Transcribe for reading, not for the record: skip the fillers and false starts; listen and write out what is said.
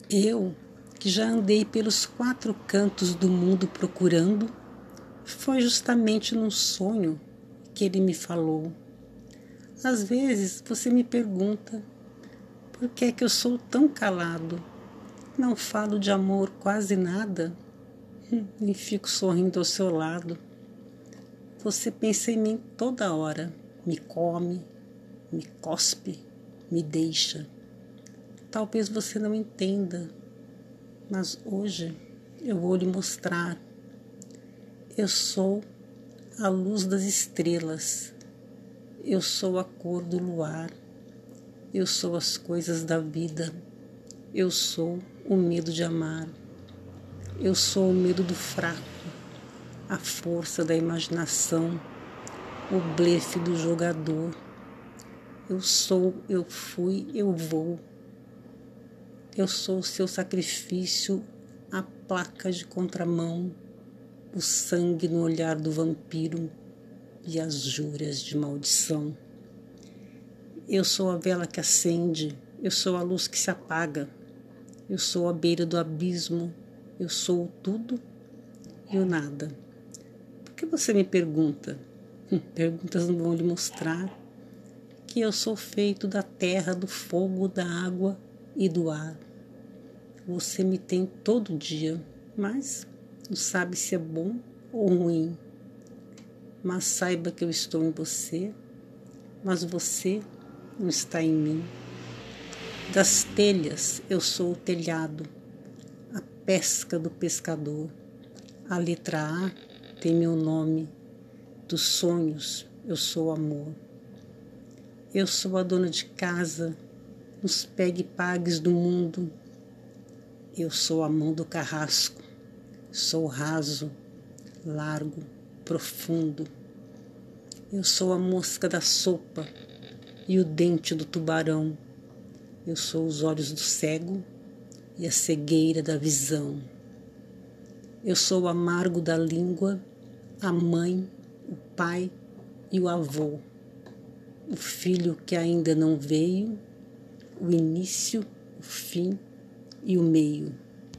Eu, que já andei pelos 4 cantos do mundo procurando, foi justamente num sonho que ele me falou. Às vezes você me pergunta, por que é que eu sou tão calado? Não falo de amor quase nada e fico sorrindo ao seu lado. Você pensa em mim toda hora, me come, me cospe, me deixa. Talvez você não entenda, mas hoje eu vou lhe mostrar. Eu sou a luz das estrelas, eu sou a cor do luar, eu sou as coisas da vida, eu sou o medo de amar, eu sou o medo do fraco, a força da imaginação, o blefe do jogador. Eu sou, eu fui, eu vou. Eu sou o seu sacrifício, a placa de contramão, o sangue no olhar do vampiro e as juras de maldição. Eu sou a vela que acende, eu sou a luz que se apaga, eu sou a beira do abismo, eu sou o tudo e o nada. Por que você me pergunta? Perguntas não vão lhe mostrar que eu sou feito da terra, do fogo, da água e do ar. Você me tem todo dia, mas não sabe se é bom ou ruim. Mas saiba que eu estou em você, mas você não está em mim. Das telhas eu sou o telhado, a pesca do pescador. A letra A tem meu nome, dos sonhos eu sou amor. Eu sou a dona de casa, nos pegue-pagues do mundo. Eu sou a mão do carrasco, sou raso, largo, profundo. Eu sou a mosca da sopa e o dente do tubarão. Eu sou os olhos do cego e a cegueira da visão. Eu sou o amargo da língua, a mãe, o pai e o avô. O filho que ainda não veio, o início, o fim e o meio.